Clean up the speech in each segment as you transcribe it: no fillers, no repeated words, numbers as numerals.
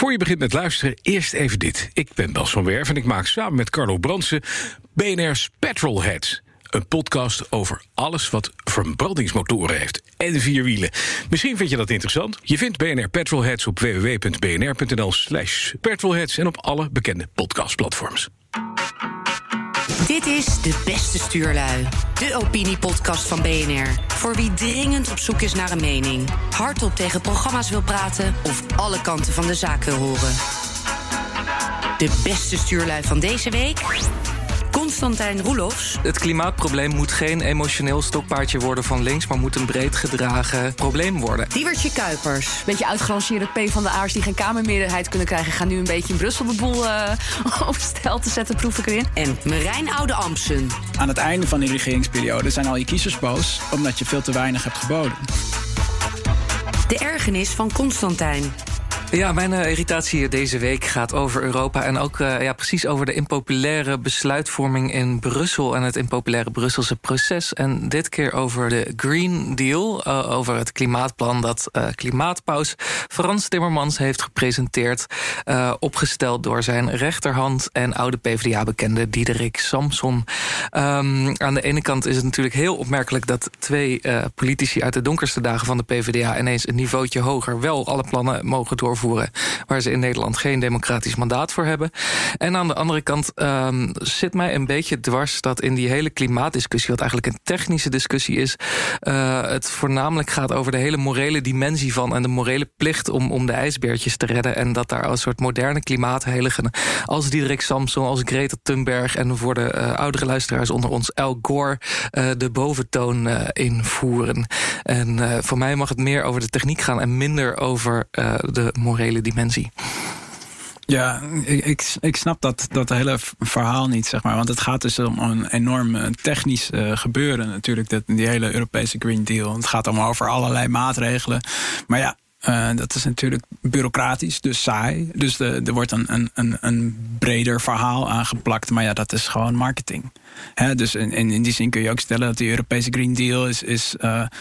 Voor je begint met luisteren, eerst even dit. Ik ben Bas van Werf en ik maak samen met Carlo Brandsen BNR's Petrolheads. Een podcast over alles wat verbrandingsmotoren heeft en vier wielen. Misschien vind je dat interessant. Je vindt BNR Petrolheads op www.bnr.nl/petrolheads en op alle bekende podcastplatforms. Dit is De Beste Stuurlui, de opiniepodcast van BNR. Voor wie dringend op zoek is naar een mening, hardop tegen programma's wil praten of alle kanten van de zaak wil horen. De beste stuurlui van deze week: Constantijn Roelofs. Het klimaatprobleem moet geen emotioneel stokpaardje worden van links, maar moet een breed gedragen probleem worden. Diewertje Kuipers. Beetje uitgerangeerde PvdA'ers die geen Kamermeerderheid kunnen krijgen, gaan nu een beetje in Brussel de boel op stel te zetten, proef ik erin. En Marijn Oude-Amsen. Aan het einde van die regeringsperiode zijn al je kiezers boos omdat je veel te weinig hebt geboden. De ergernis van Constantijn. Ja, mijn irritatie deze week gaat over Europa en ook precies over de impopulaire besluitvorming in Brussel en het impopulaire Brusselse proces. En dit keer over de Green Deal, over het klimaatplan dat klimaatpaus Frans Timmermans heeft gepresenteerd, opgesteld door zijn rechterhand en oude PvdA-bekende Diederik Samsom. Aan de ene kant is het natuurlijk heel opmerkelijk dat twee politici uit de donkerste dagen van de PvdA ineens een niveautje hoger wel alle plannen mogen doorvoeren waar ze in Nederland geen democratisch mandaat voor hebben. En aan de andere kant zit mij een beetje dwars dat in die hele klimaatdiscussie, wat eigenlijk een technische discussie is, het voornamelijk gaat over de hele morele dimensie van en de morele plicht om de ijsbeertjes te redden. En dat daar een soort moderne klimaatheiligen als Diederik Samsom, als Greta Thunberg en voor de oudere luisteraars onder ons Al Gore de boventoon invoeren. En voor mij mag het meer over de techniek gaan en minder over de morele dimensie. Ja, ik snap dat hele verhaal niet, zeg maar. Want het gaat dus om een enorm technisch gebeuren natuurlijk, die hele Europese Green Deal. Het gaat allemaal over allerlei maatregelen. Maar ja, dat is natuurlijk bureaucratisch, dus saai. Dus er wordt een breder verhaal aangeplakt. Maar ja, dat is gewoon marketing. Dus in die zin kun je ook stellen dat die Europese Green Deal is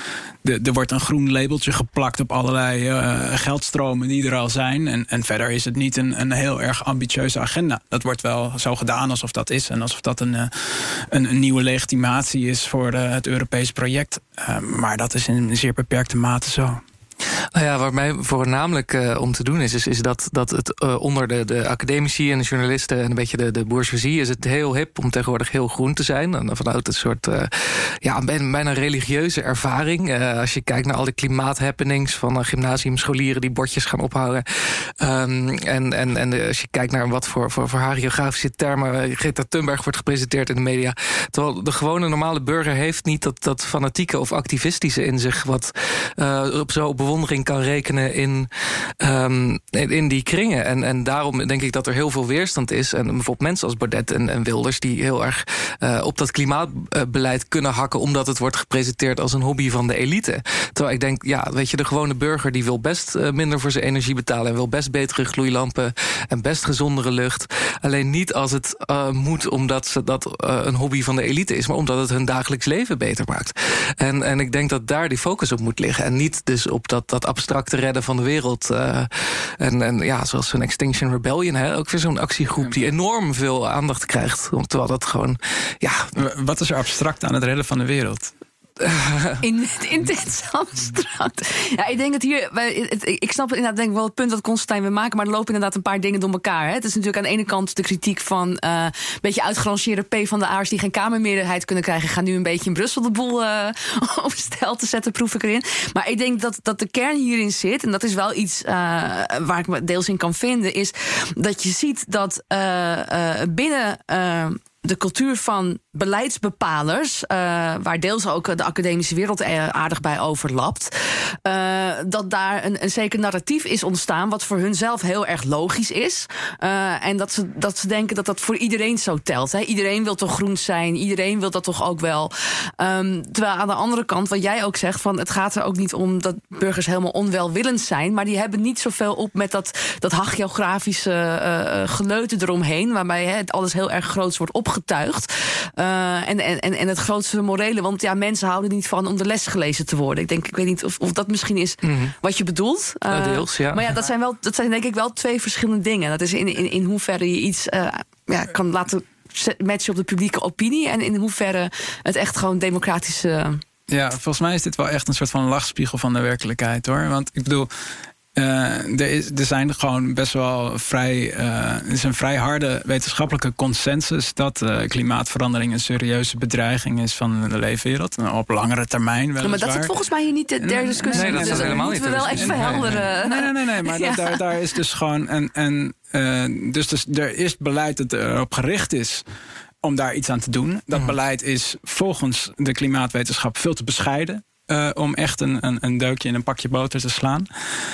er wordt een groen labeltje geplakt op allerlei geldstromen die er al zijn. En verder is het niet een heel erg ambitieuze agenda. Dat wordt wel zo gedaan alsof dat is. En alsof dat een nieuwe legitimatie is voor het Europese project. Maar dat is in een zeer beperkte mate zo. Nou ja, wat mij voornamelijk om te doen is dat het onder de academici en de journalisten en een beetje de bourgeoisie is het heel hip om tegenwoordig heel groen te zijn. En vanuit een soort bijna religieuze ervaring. Als je kijkt naar al die klimaathappenings van gymnasiumscholieren die bordjes gaan ophouden. En als je kijkt naar wat voor hagiografische termen Greta Thunberg wordt gepresenteerd in de media. Terwijl de gewone normale burger heeft niet dat fanatieke of activistische in zich wat op bewondering kan rekenen in die kringen. En daarom denk ik dat er heel veel weerstand is. En bijvoorbeeld mensen als Baudet en Wilders die heel erg op dat klimaatbeleid kunnen hakken omdat het wordt gepresenteerd als een hobby van de elite. Terwijl ik denk, de gewone burger die wil best minder voor zijn energie betalen en wil best betere gloeilampen en best gezondere lucht. Alleen niet als het moet omdat dat een hobby van de elite is, maar omdat het hun dagelijks leven beter maakt. En ik denk dat daar die focus op moet liggen. En niet dus op dat abstracte redden van de wereld. Zoals zo'n Extinction Rebellion, ook weer zo'n actiegroep die enorm veel aandacht krijgt. Terwijl dat gewoon, Wat is er abstract aan het redden van de wereld? Intens abstract. Ja, ik denk dat hier. Ik snap inderdaad denk ik wel het punt dat Constantijn wil maken, maar er lopen inderdaad een paar dingen door elkaar. Hè. Het is natuurlijk aan de ene kant de kritiek van een beetje uitgerangeerde PvdA'ers die geen Kamermeerderheid kunnen krijgen, gaan nu een beetje in Brussel de boel op stel te zetten, proef ik erin. Maar ik denk dat de kern hierin zit, en dat is wel iets waar ik me deels in kan vinden, is dat je ziet dat binnen de cultuur van beleidsbepalers, waar deels ook de academische wereld aardig bij overlapt, dat daar een zeker narratief is ontstaan wat voor hunzelf heel erg logisch is. En dat ze denken dat dat voor iedereen zo telt. Hè. Iedereen wil toch groen zijn, iedereen wil dat toch ook wel. Terwijl aan de andere kant, wat jij ook zegt, van het gaat er ook niet om dat burgers helemaal onwelwillend zijn, maar die hebben niet zoveel op met dat hagiografische geleute eromheen, waarbij het alles heel erg groots wordt opgetuigd. En het grootste morele. Want ja, mensen houden niet van om de les gelezen te worden. Ik weet niet of dat misschien is wat je bedoelt. Deels, ja. Maar ja, dat zijn denk ik wel twee verschillende dingen. Dat is in hoeverre je iets kan laten matchen op de publieke opinie. En in hoeverre het echt gewoon democratische... Ja, volgens mij is dit wel echt een soort van lachspiegel van de werkelijkheid, hoor. Want ik bedoel, er zijn gewoon best wel er is een vrij harde wetenschappelijke consensus dat klimaatverandering een serieuze bedreiging is van de leefwereld. Op langere termijn weliswaar. Maar dat is volgens mij hier niet de derde discussie. Nee, dat is helemaal niet. Moeten we wel echt verhelderen. Nee, maar daar is dus gewoon dus er is beleid dat erop gericht is om daar iets aan te doen. Dat beleid is volgens de klimaatwetenschap veel te bescheiden om echt een deukje in een pakje boter te slaan.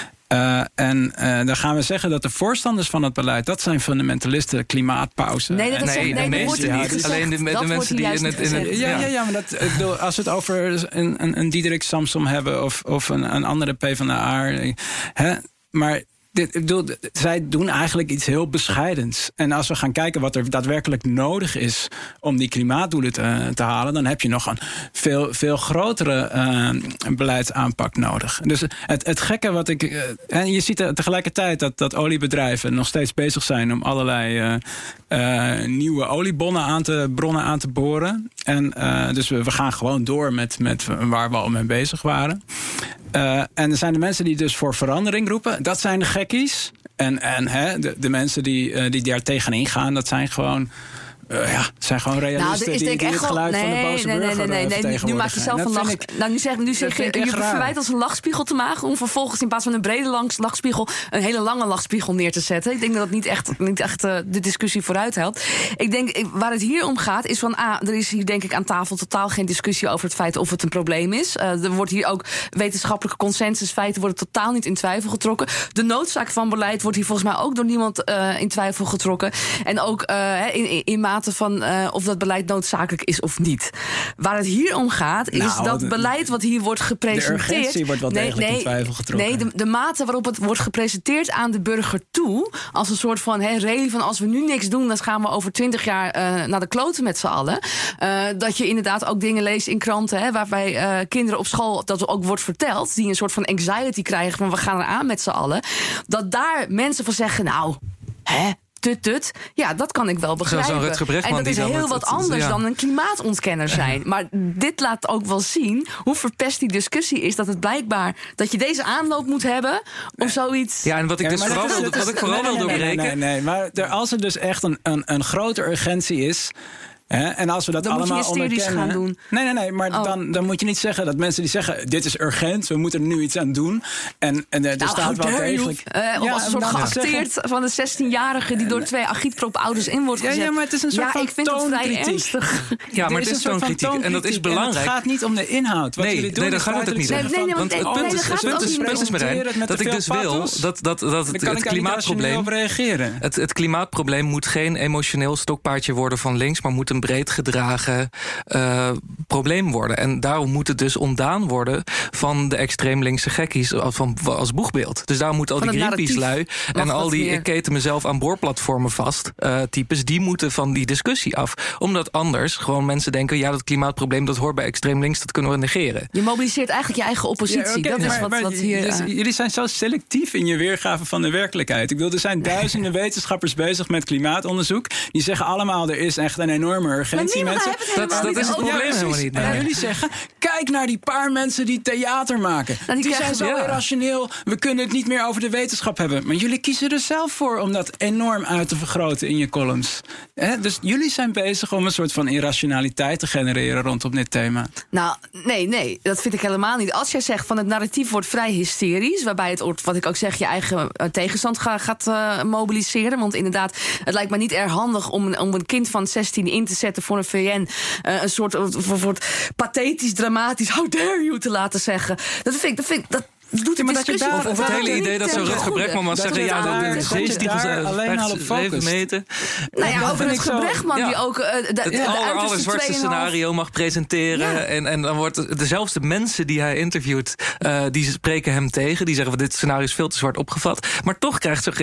Dan gaan we zeggen dat de voorstanders van het beleid, dat zijn fundamentalisten, klimaatpauze. Nee, dat wordt er niet. Alleen de mensen die in het... Ja, maar ik bedoel, als we het over een Diederik Samsom hebben of een andere PvdA, maar zij doen eigenlijk iets heel bescheidens. En als we gaan kijken wat er daadwerkelijk nodig is om die klimaatdoelen te halen, dan heb je nog een veel grotere beleidsaanpak nodig. Dus het gekke en je ziet tegelijkertijd dat oliebedrijven nog steeds bezig zijn om allerlei nieuwe oliebronnen aan te boren. En dus we gaan gewoon door met waar we al mee bezig waren. En er zijn de mensen die dus voor verandering roepen. Dat zijn de gekkies. En de mensen die daar tegenin gaan, dat zijn gewoon... zijn gewoon realisten die het geluid van de boze burger vertegenwoordigen. Nu maak je zelf een lach. Nu zeg je verwijt als een lachspiegel te maken, om vervolgens in plaats van een brede lachspiegel een hele lange lachspiegel neer te zetten. Ik denk dat dat niet echt de discussie vooruit helpt. Ik denk, waar het hier om gaat, is van er is hier denk ik aan tafel totaal geen discussie over het feit of het een probleem is. Er wordt hier ook wetenschappelijke consensusfeiten worden totaal niet in twijfel getrokken. De noodzaak van beleid wordt hier volgens mij ook door niemand in twijfel getrokken. En ook in mate van of dat beleid noodzakelijk is of niet. Waar het hier om gaat, is dat beleid wat hier wordt gepresenteerd... De urgentie wordt wel degelijk in twijfel getrokken. Nee, de mate waarop het wordt gepresenteerd aan de burger toe, als een soort van reden van als we nu niks doen, dan gaan we over 20 jaar naar de kloten met z'n allen. Dat je inderdaad ook dingen leest in kranten, waarbij kinderen op school, dat ook wordt verteld, die een soort van anxiety krijgen van we gaan eraan met z'n allen. Dat daar mensen van zeggen, ja, dat kan ik wel begrijpen. En dat is heel wat anders dan een klimaatontkenner zijn. Maar dit laat ook wel zien hoe verpest die discussie is, dat het blijkbaar dat je deze aanloop moet hebben om zoiets... Ja, en wat ik vooral wil doorbreken... Nee, maar als er dus echt een grote urgentie is... En als we dat dan allemaal moet je hysterisch gaan doen. Nee, maar dan moet je niet zeggen dat mensen die zeggen, dit is urgent, we moeten er nu iets aan doen. En er staat wel degelijk... Of als een soort geacteerd van de 16-jarige die door 2 agitprop-ouders in wordt gezet. Ja, maar het is een soort van ik vind het vrij ernstig. Ja, maar het is toonkritiek. En dat is belangrijk. Het gaat niet om de inhoud. Wat jullie doen, daar gaat het ook niet om. Want het punt is, Marijn, dat ik dus wil dat het klimaatprobleem... Het klimaatprobleem moet geen emotioneel stokpaardje worden van links, maar moet een breed gedragen probleem worden. En daarom moet het dus ontdaan worden van de extreem linkse gekkies als boegbeeld. Dus daar moeten al die Greenpeace-lui en al die ik keten mezelf aan boorplatformen vast types, die moeten van die discussie af. Omdat anders gewoon mensen denken, ja, dat klimaatprobleem dat hoort bij extreem links, dat kunnen we negeren. Je mobiliseert eigenlijk je eigen oppositie. Ja, dat is wat hier... Dus, jullie zijn zo selectief in je weergave van de werkelijkheid. Ik bedoel, er zijn duizenden wetenschappers bezig met klimaatonderzoek. Die zeggen allemaal, er is echt een enorme urgentie, mensen. Dat is het probleem helemaal niet. En jullie zeggen, kijk naar die paar mensen die theater maken. Die zijn zo irrationeel, we kunnen het niet meer over de wetenschap hebben. Maar jullie kiezen er zelf voor om dat enorm uit te vergroten in je columns. Dus jullie zijn bezig om een soort van irrationaliteit te genereren rondom dit thema. Nou, nee, dat vind ik helemaal niet. Als jij zegt van het narratief wordt vrij hysterisch, waarbij het, wat ik ook zeg, je eigen tegenstand gaat mobiliseren. Want inderdaad, het lijkt me niet erg handig om een kind van 16 in te zetten voor een VN. Een soort pathetisch, dramatisch, how dare you te laten zeggen. Dat vind ik doet de discussie of het hele idee dat zo'n Rutger Bregman mag zeggen, de zeestiegels alleen al op 7 meter. Nou ja, over Rutger Bregman die ook het allerzwartste scenario mag presenteren. Ja. En dan wordt dezelfde mensen die hij interviewt, die spreken hem tegen. Die zeggen, dit scenario is veel te zwart opgevat. Maar toch krijgt ze geen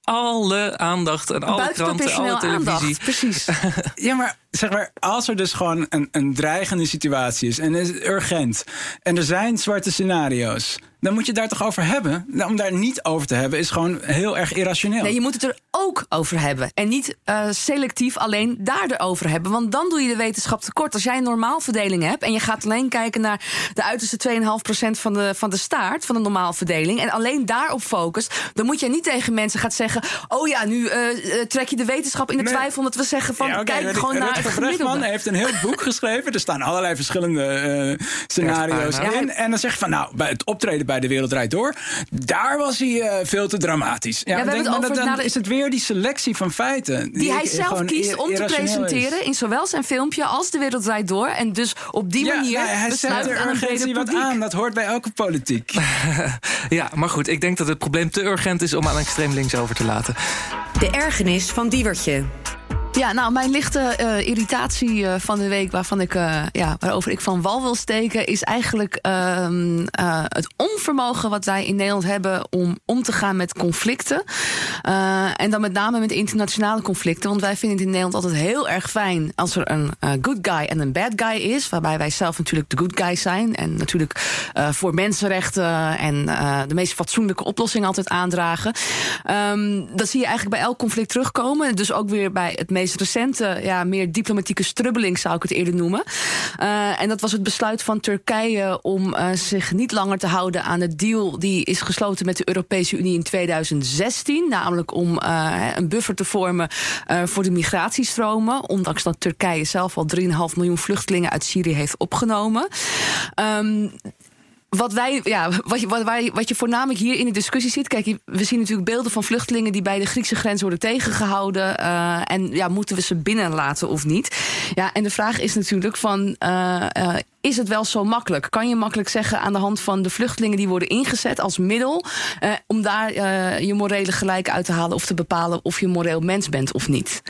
alle aandacht en alle kranten, alle televisie. Aandacht, precies. Ja, maar zeg maar, als er dus gewoon een dreigende situatie is en is het urgent en er zijn zwarte scenario's, dan moet je het daar toch over hebben? Om daar niet over te hebben is gewoon heel erg irrationeel. Nee, je moet het er ook over hebben. En niet selectief alleen daar erover hebben. Want dan doe je de wetenschap tekort. Als jij een normaalverdeling hebt en je gaat alleen kijken naar de uiterste 2,5% van de staart van de normaalverdeling en alleen daarop focust, dan moet je niet tegen mensen gaan zeggen, oh ja, nu trek je de wetenschap in de twijfel, omdat we zeggen van kijk gewoon naar het gemiddelde. Brechtman heeft een heel boek geschreven. Er staan allerlei verschillende scenario's in. En dan zeg je van, nou, bij het optreden bij De Wereld Draait Door, daar was hij veel te dramatisch. Ja, dan is het weer die selectie van feiten. Die hij zelf kiest om te presenteren in zowel zijn filmpje als De Wereld Draait Door. En dus op die manier hij zet de urgentie wat aan. Dat hoort bij elke politiek. Ja, maar goed, ik denk dat het probleem te urgent is om aan extreem links over te laten. De ergernis van Diewertje. Ja, nou, mijn lichte irritatie van de week waarover ik van wal wil steken, is eigenlijk het onvermogen wat wij in Nederland hebben om te gaan met conflicten. En dan met name met internationale conflicten. Want wij vinden het in Nederland altijd heel erg fijn als er een good guy en een bad guy is. Waarbij wij zelf natuurlijk de good guy zijn. En natuurlijk voor mensenrechten en de meest fatsoenlijke oplossing altijd aandragen. Dat zie je eigenlijk bij elk conflict terugkomen. Dus ook weer bij het meest recente, meer diplomatieke strubbeling zou ik het eerder noemen. En dat was het besluit van Turkije om zich niet langer te houden aan de deal die is gesloten met de Europese Unie in 2016. Namelijk om een buffer te vormen voor de migratiestromen. Ondanks dat Turkije zelf al 3,5 miljoen vluchtelingen uit Syrië heeft opgenomen. Wat je voornamelijk hier in de discussie ziet, kijk, we zien natuurlijk beelden van vluchtelingen die bij de Griekse grens worden tegengehouden. En moeten we ze binnenlaten of niet? Ja, en de vraag is natuurlijk van, is het wel zo makkelijk? Kan je makkelijk zeggen aan de hand van de vluchtelingen die worden ingezet als middel om daar je morele gelijk uit te halen of te bepalen of je moreel mens bent of niet?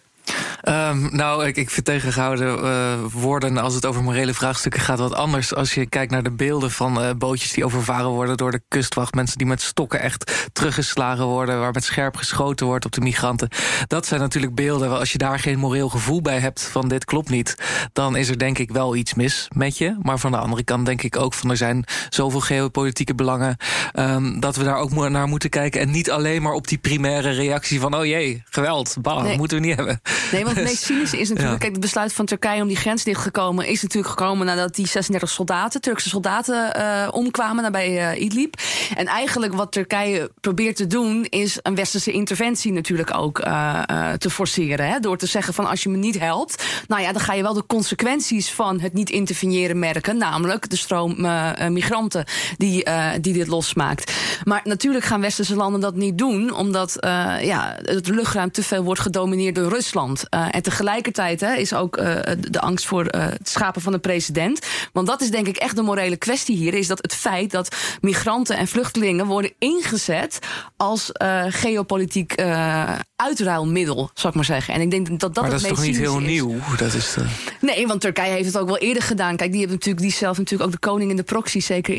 Ik vind tegengehouden woorden als het over morele vraagstukken gaat wat anders. Als je kijkt naar de beelden van bootjes die overvaren worden door de kustwacht, mensen die met stokken echt teruggeslagen worden, waar met scherp geschoten wordt op de migranten. Dat zijn natuurlijk beelden. Als je daar geen moreel gevoel bij hebt van dit klopt niet, dan is er denk ik wel iets mis met je. Maar van de andere kant denk ik ook van er zijn zoveel geopolitieke belangen dat we daar ook naar moeten kijken en niet alleen maar op die primaire reactie van oh jee, geweld, moeten we niet hebben. Nee, want het meest cynische is natuurlijk, kijk, het besluit van Turkije om die grens dichtgekomen is natuurlijk gekomen nadat die 36 Turkse soldaten omkwamen nabij Idlib. En eigenlijk wat Turkije probeert te doen is een westerse interventie natuurlijk ook te forceren. Hè? Door te zeggen van als je me niet helpt, nou ja, dan ga je wel de consequenties van het niet interveneren merken. Namelijk de stroom migranten die dit losmaakt. Maar natuurlijk gaan westerse landen dat niet doen, omdat het luchtruim te veel wordt gedomineerd door Rusland. En tegelijkertijd is ook de angst voor het schapen van de president. Want dat is denk ik echt de morele kwestie hier. Is dat het feit dat migranten en vluchtelingen worden ingezet als geopolitiek uitruilmiddel, zou ik maar zeggen. En ik denk dat maar dat het is toch niet heel nieuw? Dat is Nee, want Turkije heeft het ook wel eerder gedaan. Kijk, die is zelf natuurlijk ook de koning in de proxy, zeker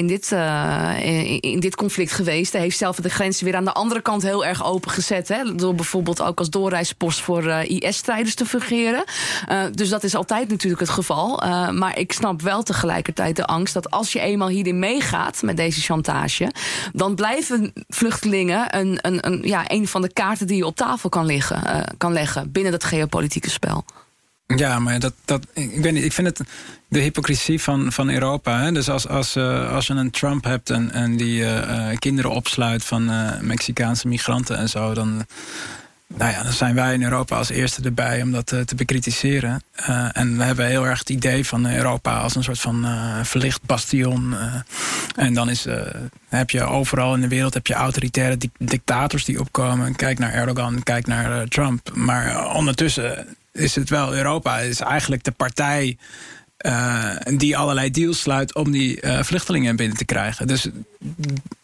in dit conflict geweest. Hij heeft zelf de grenzen weer aan de andere kant heel erg opengezet. Hè, door bijvoorbeeld ook als doorreispost voor IS-strijders te fungeren. Dus dat is altijd natuurlijk het geval. Maar ik snap wel tegelijkertijd de angst dat als je eenmaal hierin meegaat met deze chantage, dan blijven vluchtelingen een van de kaarten die je op tafel kan leggen binnen dat geopolitieke spel. Ja, maar ik weet niet, ik vind het de hypocrisie van Europa. Hè? Dus als je een Trump hebt en die kinderen opsluit van Mexicaanse migranten en zo, dan zijn wij in Europa als eerste erbij om dat te bekritiseren. En we hebben heel erg het idee van Europa als een soort van verlicht bastion. En dan heb je overal in de wereld autoritaire dictators die opkomen. Kijk naar Erdogan, kijk naar Trump. Maar ondertussen is het wel, Europa is eigenlijk de partij die allerlei deals sluit om die vluchtelingen binnen te krijgen. Dus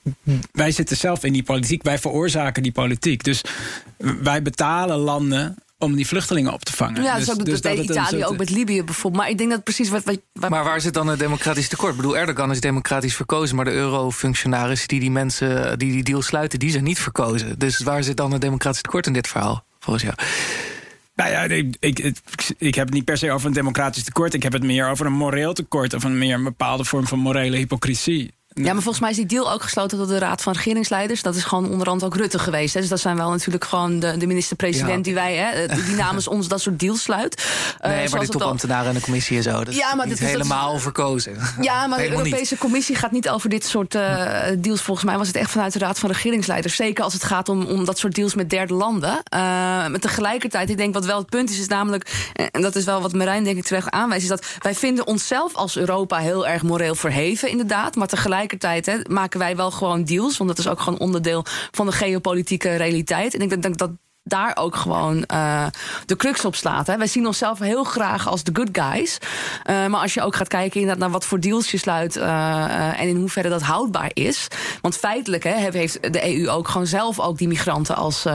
wij zitten zelf in die politiek, wij veroorzaken die politiek. Dus wij betalen landen om die vluchtelingen op te vangen. Ja, dus ook dat deed Italië ook met Libië bijvoorbeeld. Maar ik denk dat precies wat Maar waar zit dan het democratisch tekort? Ik bedoel, Erdogan is democratisch verkozen, maar de eurofunctionarissen die mensen die deal sluiten, die zijn niet verkozen. Dus waar zit dan het democratisch tekort in dit verhaal, volgens jou? Nou ja, ik heb het niet per se over een democratisch tekort. Ik heb het meer over een moreel tekort of een bepaalde vorm van morele hypocrisie. Ja, maar volgens mij is die deal ook gesloten door de Raad van Regeringsleiders. Dat is gewoon onder andere ook Rutte geweest. Hè. Dus dat zijn wel natuurlijk gewoon de minister-president die namens ons dat soort deals sluit. Nee, maar de topambtenaren en de commissie en zo. Dat is niet helemaal verkozen. Ja, maar de Europese Commissie gaat niet over dit soort deals. Volgens mij was het echt vanuit de Raad van Regeringsleiders. Zeker als het gaat om dat soort deals met derde landen. Maar tegelijkertijd, ik denk wat wel het punt is namelijk, en dat is wel wat Marijn denk ik terecht aanwijst, is dat wij vinden onszelf als Europa heel erg moreel verheven, inderdaad. Maar tegelijkertijd maken wij wel gewoon deals. Want dat is ook gewoon onderdeel van de geopolitieke realiteit. En ik denk dat daar ook gewoon de crux op slaat. Hè. Wij zien onszelf heel graag als de good guys. Maar als je ook gaat kijken inderdaad naar wat voor deals je sluit en in hoeverre dat houdbaar is. Want feitelijk heeft de EU ook gewoon zelf ook die migranten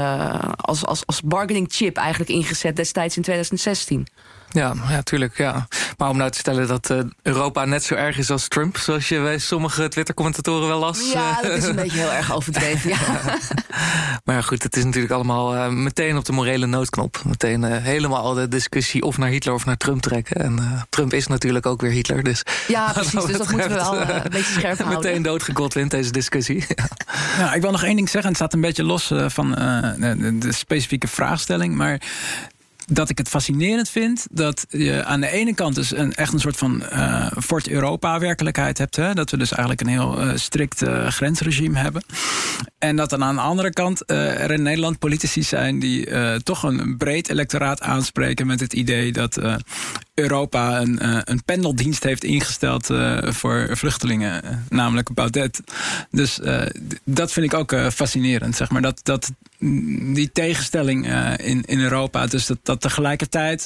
als bargaining chip eigenlijk ingezet destijds in 2016. Ja, tuurlijk. Ja. Maar om nou te stellen dat Europa net zo erg is als Trump, zoals je bij sommige Twitter-commentatoren wel las. Ja, dat is een beetje heel erg overdreven. Ja. Maar ja, goed, het is natuurlijk allemaal meteen op de morele noodknop. Meteen helemaal de discussie of naar Hitler of naar Trump trekken. En Trump is natuurlijk ook weer Hitler. Dus ja, precies. Dus dat moeten we wel een beetje scherp houden. Meteen doodgegodwin deze discussie. Ja, ik wil nog één ding zeggen. Het staat een beetje los van de specifieke vraagstelling. Maar dat ik het fascinerend vind dat je aan de ene kant dus echt een soort van Fort Europa-werkelijkheid hebt. Hè? Dat we dus eigenlijk een heel strikt grensregime hebben. En dat dan aan de andere kant er in Nederland politici zijn die toch een breed electoraat aanspreken met het idee dat Europa een pendeldienst heeft ingesteld voor vluchtelingen, namelijk Baudet. Dus dat vind ik ook fascinerend, zeg maar. Dat die tegenstelling in Europa, dus dat tegelijkertijd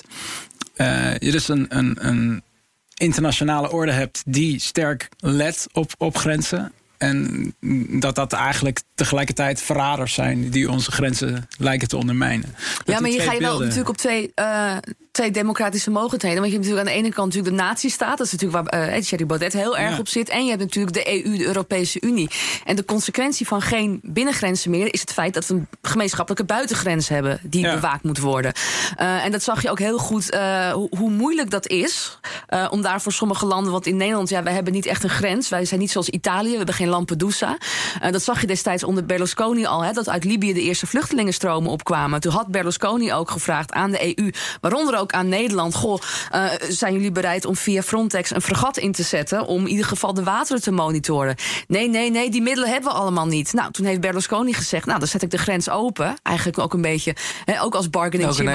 je dus een internationale orde hebt die sterk let op grensen. En dat eigenlijk tegelijkertijd verraders zijn die onze grenzen lijken te ondermijnen. Ja, maar je gaat je wel natuurlijk op twee democratische mogendheden. Want je hebt natuurlijk aan de ene kant natuurlijk de nazistaat. Dat is natuurlijk waar Thierry Baudet heel erg op zit. En je hebt natuurlijk de EU, de Europese Unie. En de consequentie van geen binnengrenzen meer is het feit dat we een gemeenschappelijke buitengrens hebben die bewaakt moet worden. En dat zag je ook heel goed hoe moeilijk dat is om daar voor sommige landen, want in Nederland, wij hebben niet echt een grens. Wij zijn niet zoals Italië, we hebben geen Lampedusa. Dat zag je destijds onder Berlusconi al, dat uit Libië de eerste vluchtelingenstromen opkwamen. Toen had Berlusconi ook gevraagd aan de EU, waaronder ook aan Nederland, zijn jullie bereid om via Frontex een fregat in te zetten om in ieder geval de wateren te monitoren? Nee, die middelen hebben we allemaal niet. Nou, toen heeft Berlusconi gezegd, dan zet ik de grens open. Eigenlijk ook een beetje, ook als bargaining chip.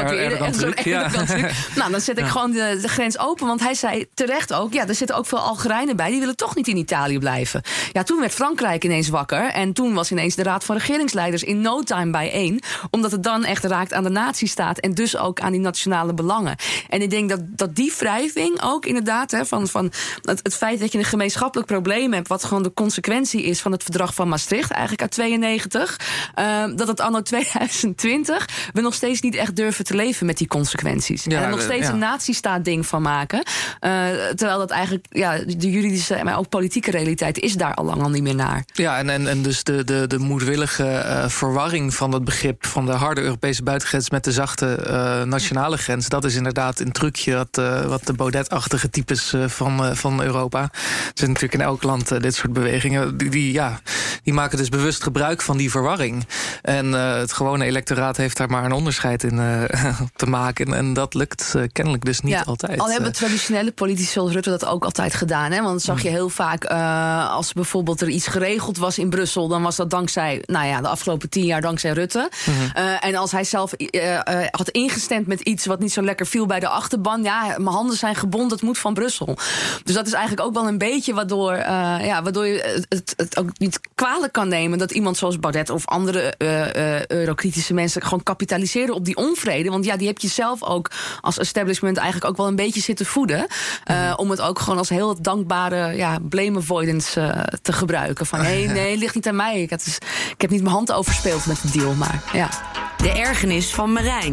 Nou, dan zet ik gewoon de grens open, want hij zei terecht ook, er zitten ook veel Algerijnen bij, die willen toch niet in Italië blijven. Ja, toen werd Frankrijk ineens wakker en toen was ineens de Raad van Regeringsleiders in no time bijeen, omdat het dan echt raakt aan de nazistaat en dus ook aan die nationale belangen. En ik denk dat die wrijving ook inderdaad, van het feit dat je een gemeenschappelijk probleem hebt, wat gewoon de consequentie is van het verdrag van Maastricht, eigenlijk uit 92, dat het anno 2020 we nog steeds niet echt durven te leven met die consequenties. En er nog steeds een nazistaat ding van maken. Terwijl dat eigenlijk, de juridische, maar ook politieke realiteit is daar al lang al niet meer naar. Ja, en dus de moedwillige verwarring van het begrip van de harde Europese buitengrens met de zachte nationale grens, dat is inderdaad een trucje wat de Baudet-achtige types van Europa. Er zijn natuurlijk in elk land dit soort bewegingen. Die maken dus bewust gebruik van die verwarring. En het gewone electoraat heeft daar maar een onderscheid in te maken. En dat lukt kennelijk dus niet altijd. Al hebben traditionele politici zoals Rutte dat ook altijd gedaan. Hè? Want dat zag je heel vaak als bijvoorbeeld er iets geregeld was in Brussel, dan was dat dankzij, de afgelopen 10 jaar dankzij Rutte. En als hij zelf had ingestemd met iets wat niet zo lekker viel bij de achterban, mijn handen zijn gebonden, het moet van Brussel. Dus dat is eigenlijk ook wel een beetje waardoor je het ook niet kwalijk kan nemen dat iemand zoals Baudet of andere eurokritische mensen gewoon kapitaliseren op die onvrede. Want die heb je zelf ook als establishment eigenlijk ook wel een beetje zitten voeden. Om het ook gewoon als heel dankbare blame avoidance te gebruiken. Van nee, ligt niet aan mij. Ik heb niet mijn hand overspeeld met de deal, maar ja. De ergernis van Marijn.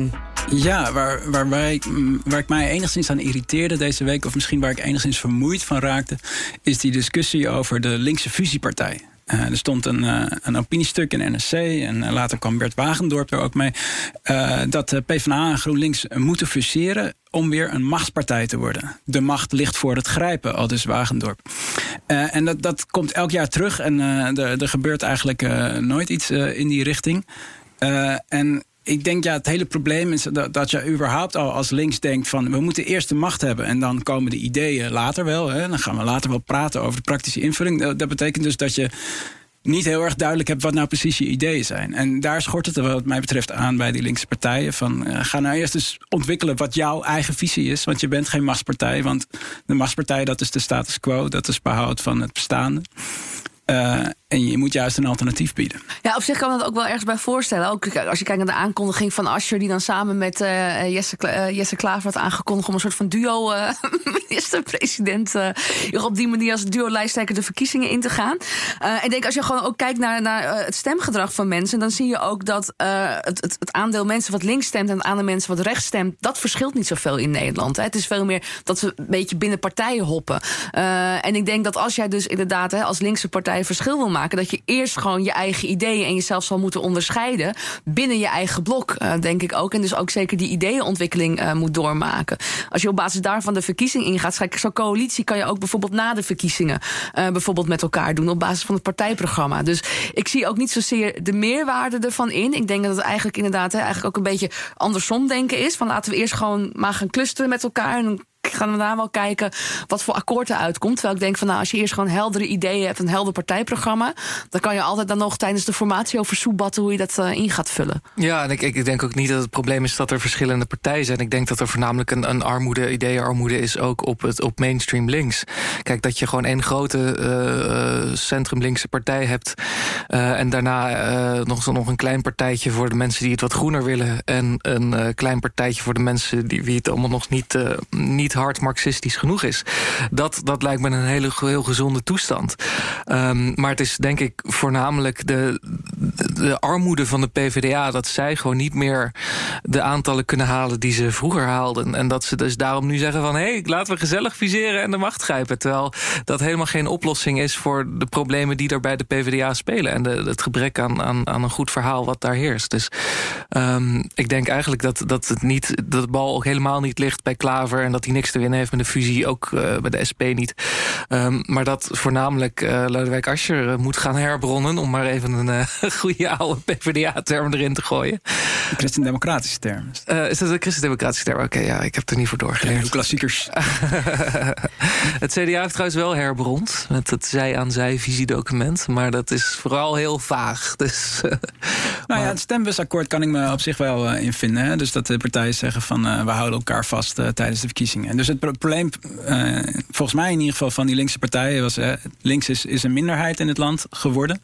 Ja, waar ik mij enigszins aan irriteerde deze week, of misschien waar ik enigszins vermoeid van raakte, is die discussie over de linkse fusiepartij. Er stond een opiniestuk in NRC en later kwam Bert Wagendorp er ook mee, dat PvdA en GroenLinks moeten fuseren om weer een machtspartij te worden. De macht ligt voor het grijpen, aldus Wagendorp. En dat komt elk jaar terug en er gebeurt eigenlijk nooit iets in die richting. En ik denk, het hele probleem is dat je überhaupt al als links denkt van, we moeten eerst de macht hebben en dan komen de ideeën later wel. Hè? Dan gaan we later wel praten over de praktische invulling. Dat betekent dus dat je niet heel erg duidelijk hebt wat nou precies je ideeën zijn. En daar schort het er wat mij betreft aan bij die linkse partijen. Ga nou eerst eens ontwikkelen wat jouw eigen visie is. Want je bent geen machtspartij. Want de machtspartij, dat is de status quo. Dat is behoud van het bestaande. En je moet juist een alternatief bieden. Ja, op zich kan me dat ook wel ergens bij voorstellen. Ook als je kijkt naar de aankondiging van Asscher, die dan samen met Jesse Klaver had aangekondigd om een soort van duo minister-president op die manier als duo-lijsttrekker de verkiezingen in te gaan. Ik denk, als je gewoon ook kijkt naar het stemgedrag van mensen, dan zie je ook dat het aandeel mensen wat links stemt en het aandeel mensen wat rechts stemt, dat verschilt niet zoveel in Nederland. Hè. Het is veel meer dat ze een beetje binnen partijen hoppen. En ik denk dat als jij dus inderdaad als linkse partij verschil wil maken, dat je eerst gewoon je eigen ideeën en jezelf zal moeten onderscheiden binnen je eigen blok, denk ik ook. En dus ook zeker die ideeënontwikkeling moet doormaken. Als je op basis daarvan de verkiezing ingaat, zo'n coalitie kan je ook bijvoorbeeld na de verkiezingen bijvoorbeeld met elkaar doen op basis van het partijprogramma. Dus ik zie ook niet zozeer de meerwaarde ervan in. Ik denk dat het eigenlijk inderdaad eigenlijk ook een beetje andersom denken is. Van laten we eerst gewoon maar gaan clusteren met elkaar en gaan we daar wel kijken wat voor akkoord eruit komt. Terwijl ik denk van, als je eerst gewoon heldere ideeën hebt, een helder partijprogramma, dan kan je altijd dan nog tijdens de formatie over soebatten hoe je dat in gaat vullen. Ja, en ik denk ook niet dat het probleem is dat er verschillende partijen zijn. Ik denk dat er voornamelijk een ideeënarmoede is ook op mainstream links. Kijk, dat je gewoon één grote centrum-linkse partij hebt en daarna nog een klein partijtje voor de mensen die het wat groener willen en een klein partijtje voor de mensen wie het allemaal nog niet hard marxistisch genoeg is. Dat lijkt me een heel gezonde toestand. Maar het is denk ik voornamelijk de armoede van de PvdA, dat zij gewoon niet meer de aantallen kunnen halen die ze vroeger haalden. En dat ze dus daarom nu zeggen van, laten we gezellig fuseren en de macht grijpen. Terwijl dat helemaal geen oplossing is voor de problemen die er bij de PvdA spelen. En het gebrek aan een goed verhaal wat daar heerst. Dus ik denk eigenlijk dat de bal ook helemaal niet ligt bij Klaver en dat hij niks te winnen heeft met de fusie, ook bij de SP niet. Maar dat voornamelijk Lodewijk Asscher moet gaan herbronnen, om maar even een goede oude PvdA-term erin te gooien. De christendemocratische term. Is dat een christendemocratische term? Oké, ja, ik heb er niet voor doorgeleerd. Ja, klassiekers. Het CDA heeft trouwens wel herbrond met het zij-aan-zij visiedocument, maar dat is vooral heel vaag. Dus, het stembusakkoord kan ik me op zich wel in vinden. Hè? Dus dat de partijen zeggen van we houden elkaar vast tijdens de verkiezingen. Dus het probleem, volgens mij in ieder geval van die linkse partijen, was links is een minderheid in het land geworden.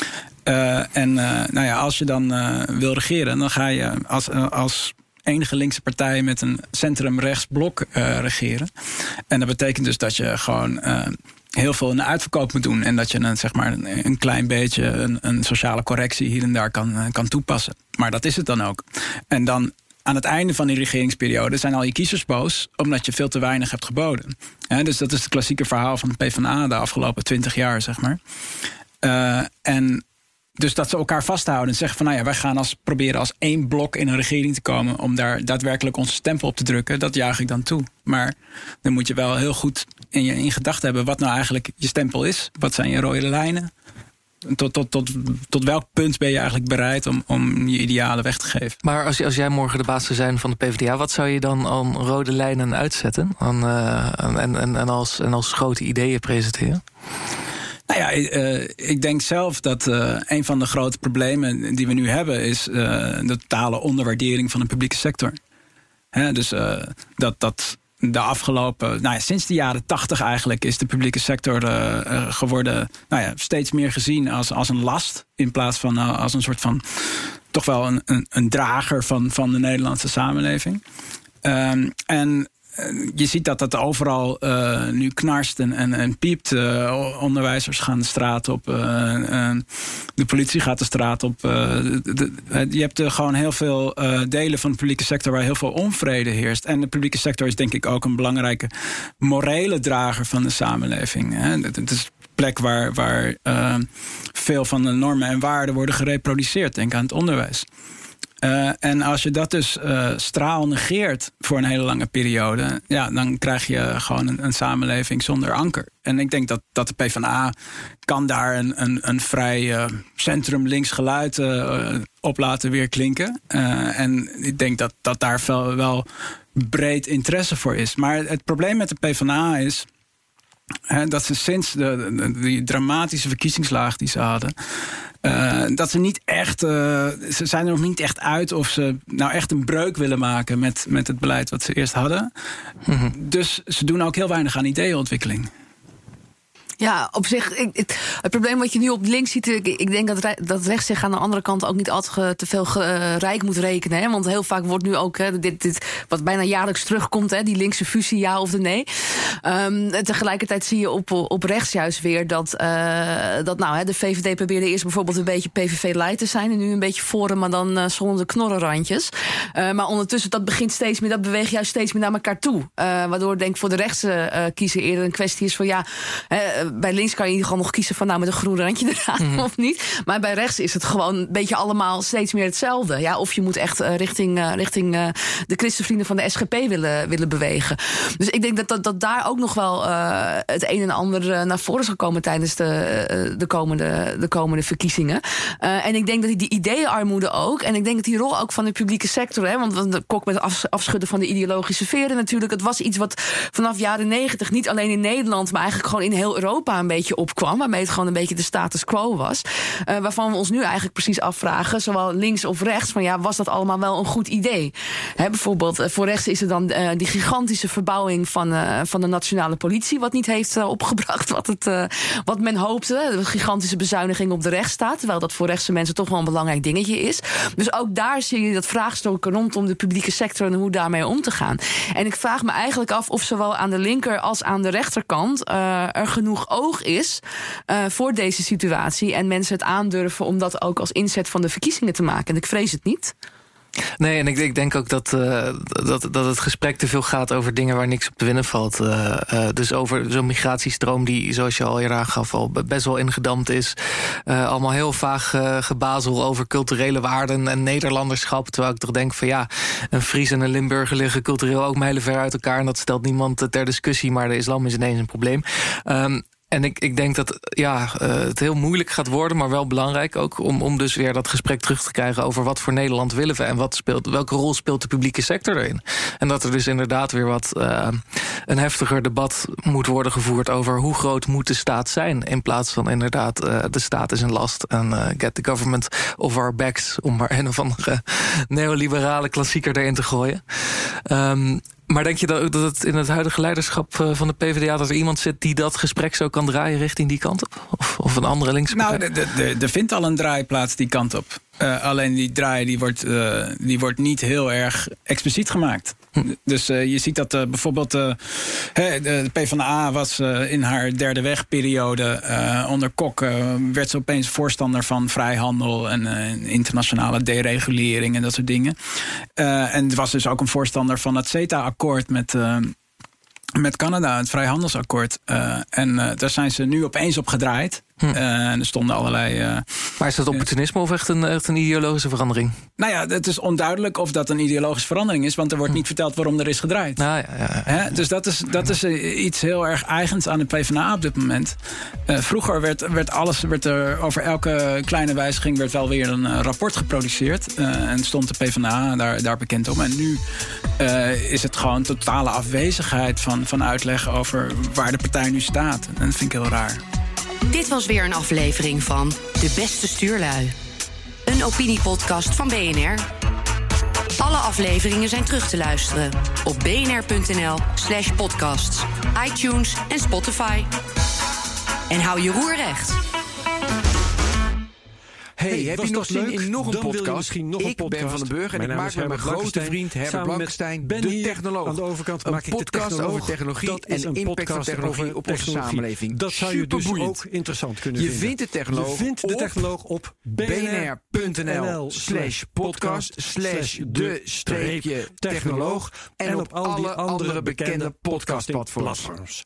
Als je dan wil regeren, dan ga je als enige linkse partij met een centrum-rechts blok regeren. En dat betekent dus dat je gewoon heel veel in de uitverkoop moet doen. En dat je een klein beetje een sociale correctie hier en daar kan toepassen. Maar dat is het dan ook. En dan aan het einde van die regeringsperiode zijn al je kiezers boos, omdat je veel te weinig hebt geboden. Dus dat is het klassieke verhaal van de PvdA de afgelopen 20 jaar, zeg maar. En dus dat ze elkaar vasthouden en zeggen van, wij gaan proberen als één blok in een regering te komen om daar daadwerkelijk onze stempel op te drukken. Dat juich ik dan toe. Maar dan moet je wel heel goed in gedachten hebben wat nou eigenlijk je stempel is. Wat zijn je rode lijnen? Tot welk punt ben je eigenlijk bereid om je idealen weg te geven? Maar als jij morgen de baas zou zijn van de PvdA, wat zou je dan aan rode lijnen uitzetten? En als grote ideeën presenteren? Ik denk zelf dat een van de grote problemen die we nu hebben is de totale onderwaardering van de publieke sector. Dus dat de afgelopen, sinds de jaren 80 eigenlijk is de publieke sector geworden steeds meer gezien als een last in plaats van als een soort van toch wel een drager van de Nederlandse samenleving. je ziet dat het overal nu knarst en piept. Onderwijzers gaan de straat op. De politie gaat de straat op. Je hebt gewoon heel veel delen van de publieke sector waar heel veel onvrede heerst. En de publieke sector is denk ik ook een belangrijke morele drager van de samenleving. Het is plek waar veel van de normen en waarden worden gereproduceerd. Denk aan het onderwijs. En als je dat dus straal negeert voor een hele lange periode, dan krijg je gewoon een samenleving zonder anker. En ik denk dat de PvdA kan daar een vrij centrum-links geluid op laten weerklinken. En ik denk dat daar wel breed interesse voor is. Maar het probleem met de PvdA is dat ze sinds die dramatische verkiezingslaag die ze hadden, dat ze niet echt, ze zijn er nog niet echt uit of ze nou echt een breuk willen maken met het beleid wat ze eerst hadden. Mm-hmm. Dus ze doen ook heel weinig aan ideeënontwikkeling. Ja, op zich, het probleem wat je nu op links ziet, ik denk dat rechts zich aan de andere kant ook niet altijd te veel rijk moet rekenen. Hè? Want heel vaak wordt nu ook dit wat bijna jaarlijks terugkomt, die linkse fusie, ja of nee. Tegelijkertijd zie je op rechts juist weer dat de VVD probeerde eerst bijvoorbeeld een beetje PVV-light te zijn en nu een beetje Forum, maar dan zonder de knorrenrandjes. Maar ondertussen, dat beweegt juist steeds meer naar elkaar toe. Waardoor ik denk voor de rechtse kiezer eerder een kwestie is van bij links kan je in ieder geval nog kiezen van met een groen randje eraan of niet. Maar bij rechts is het gewoon een beetje allemaal steeds meer hetzelfde. Ja, of je moet echt richting de christenvrienden van de SGP willen bewegen. Dus ik denk dat daar ook nog wel het een en ander naar voren zal komen tijdens de komende verkiezingen. En ik denk dat die ideeënarmoede ook, en ik denk dat die rol ook van de publieke sector, want de Kok met afschudden van de ideologische veren natuurlijk, het was iets wat vanaf jaren 90 niet alleen in Nederland, maar eigenlijk gewoon in heel Europa een beetje opkwam, waarmee het gewoon een beetje de status quo was. Waarvan we ons nu eigenlijk precies afvragen, zowel links of rechts, van was dat allemaal wel een goed idee? Bijvoorbeeld, voor rechts is er dan die gigantische verbouwing van de nationale politie, wat niet heeft opgebracht wat men hoopte. De gigantische bezuiniging op de rechtsstaat, terwijl dat voor rechtse mensen toch wel een belangrijk dingetje is. Dus ook daar zie je dat vraagstuk rondom de publieke sector en hoe daarmee om te gaan. En ik vraag me eigenlijk af of zowel aan de linker als aan de rechterkant er genoeg oog is voor deze situatie en mensen het aandurven om dat ook als inzet van de verkiezingen te maken. En ik vrees het niet. Nee, en ik denk ook dat het gesprek te veel gaat over dingen waar niks op te winnen valt. Dus over zo'n migratiestroom die, zoals je al eerder aangaf, al best wel ingedampt is. Allemaal heel vaag gebazel over culturele waarden en Nederlanderschap. Terwijl ik toch denk van een Fries en een Limburger liggen cultureel ook mijlenver uit elkaar. En dat stelt niemand ter discussie, maar de islam is ineens een probleem. En ik denk dat het heel moeilijk gaat worden, maar wel belangrijk ook om dus weer dat gesprek terug te krijgen over wat voor Nederland willen we en welke rol speelt de publieke sector erin. En dat er dus inderdaad weer een heftiger debat moet worden gevoerd over hoe groot moet de staat zijn, in plaats van inderdaad de staat is een last en get the government off our backs, om maar een of andere neoliberale klassieker erin te gooien. Maar denk je dat het in het huidige leiderschap van de PvdA dat er iemand zit die dat gesprek zo kan draaien richting die kant op? Of een andere linkse partij? Nou, er vindt al een draai plaats die kant op. Alleen die draai die wordt niet heel erg expliciet gemaakt. Dus je ziet dat bijvoorbeeld de PvdA was in haar derde wegperiode onder Kok werd ze opeens voorstander van vrijhandel en internationale deregulering en dat soort dingen. En was dus ook een voorstander van het CETA-akkoord met Canada, het vrijhandelsakkoord. En daar zijn ze nu opeens op gedraaid. En er stonden allerlei... Maar is dat opportunisme of echt een ideologische verandering? Nou ja, het is onduidelijk of dat een ideologische verandering is, want er wordt niet verteld waarom er is gedraaid. Dus dat is iets heel erg eigens aan de PvdA op dit moment. Vroeger werd er over elke kleine wijziging werd wel weer een rapport geproduceerd. En stond de PvdA daar bekend om. En nu is het gewoon totale afwezigheid van uitleg over waar de partij nu staat. En dat vind ik heel raar. Dit was weer een aflevering van De Beste Stuurlui. Een opiniepodcast van BNR. Alle afleveringen zijn terug te luisteren op bnr.nl/podcasts, iTunes en Spotify. En hou je roer recht. Heb je nog zin in nog een podcast? Ik ben Van den Burg en ik maak met mijn grote vriend Herbert Blankenstein de Technoloog. Aan de overkant een podcast over technologie en de impact van technologie op onze samenleving. Dat zou je dus ook interessant kunnen vinden. Je vindt de Technoloog op bnr.nl/podcast/de-technoloog en op al die andere bekende podcastplatforms.